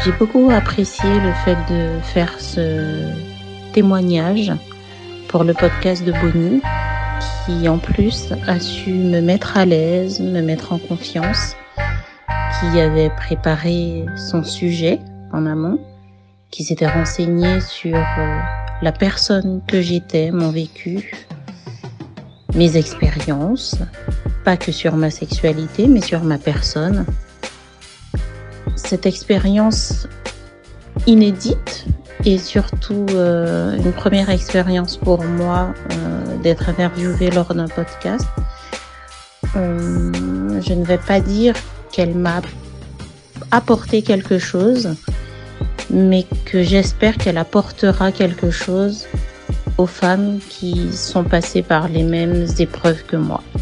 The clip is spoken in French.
J'ai beaucoup apprécié le fait de faire ce témoignage pour le podcast de Bonnie, qui en plus a su me mettre à l'aise, me mettre en confiance, qui avait préparé son sujet en amont, qui s'était renseigné sur la personne que j'étais, mon vécu, mes expériences, pas que sur ma sexualité, mais sur ma personne. Cette expérience inédite et surtout une première expérience pour moi d'être interviewée lors d'un podcast. Je ne vais pas dire qu'elle m'a apporté quelque chose, mais que j'espère qu'elle apportera quelque chose aux femmes qui sont passées par les mêmes épreuves que moi.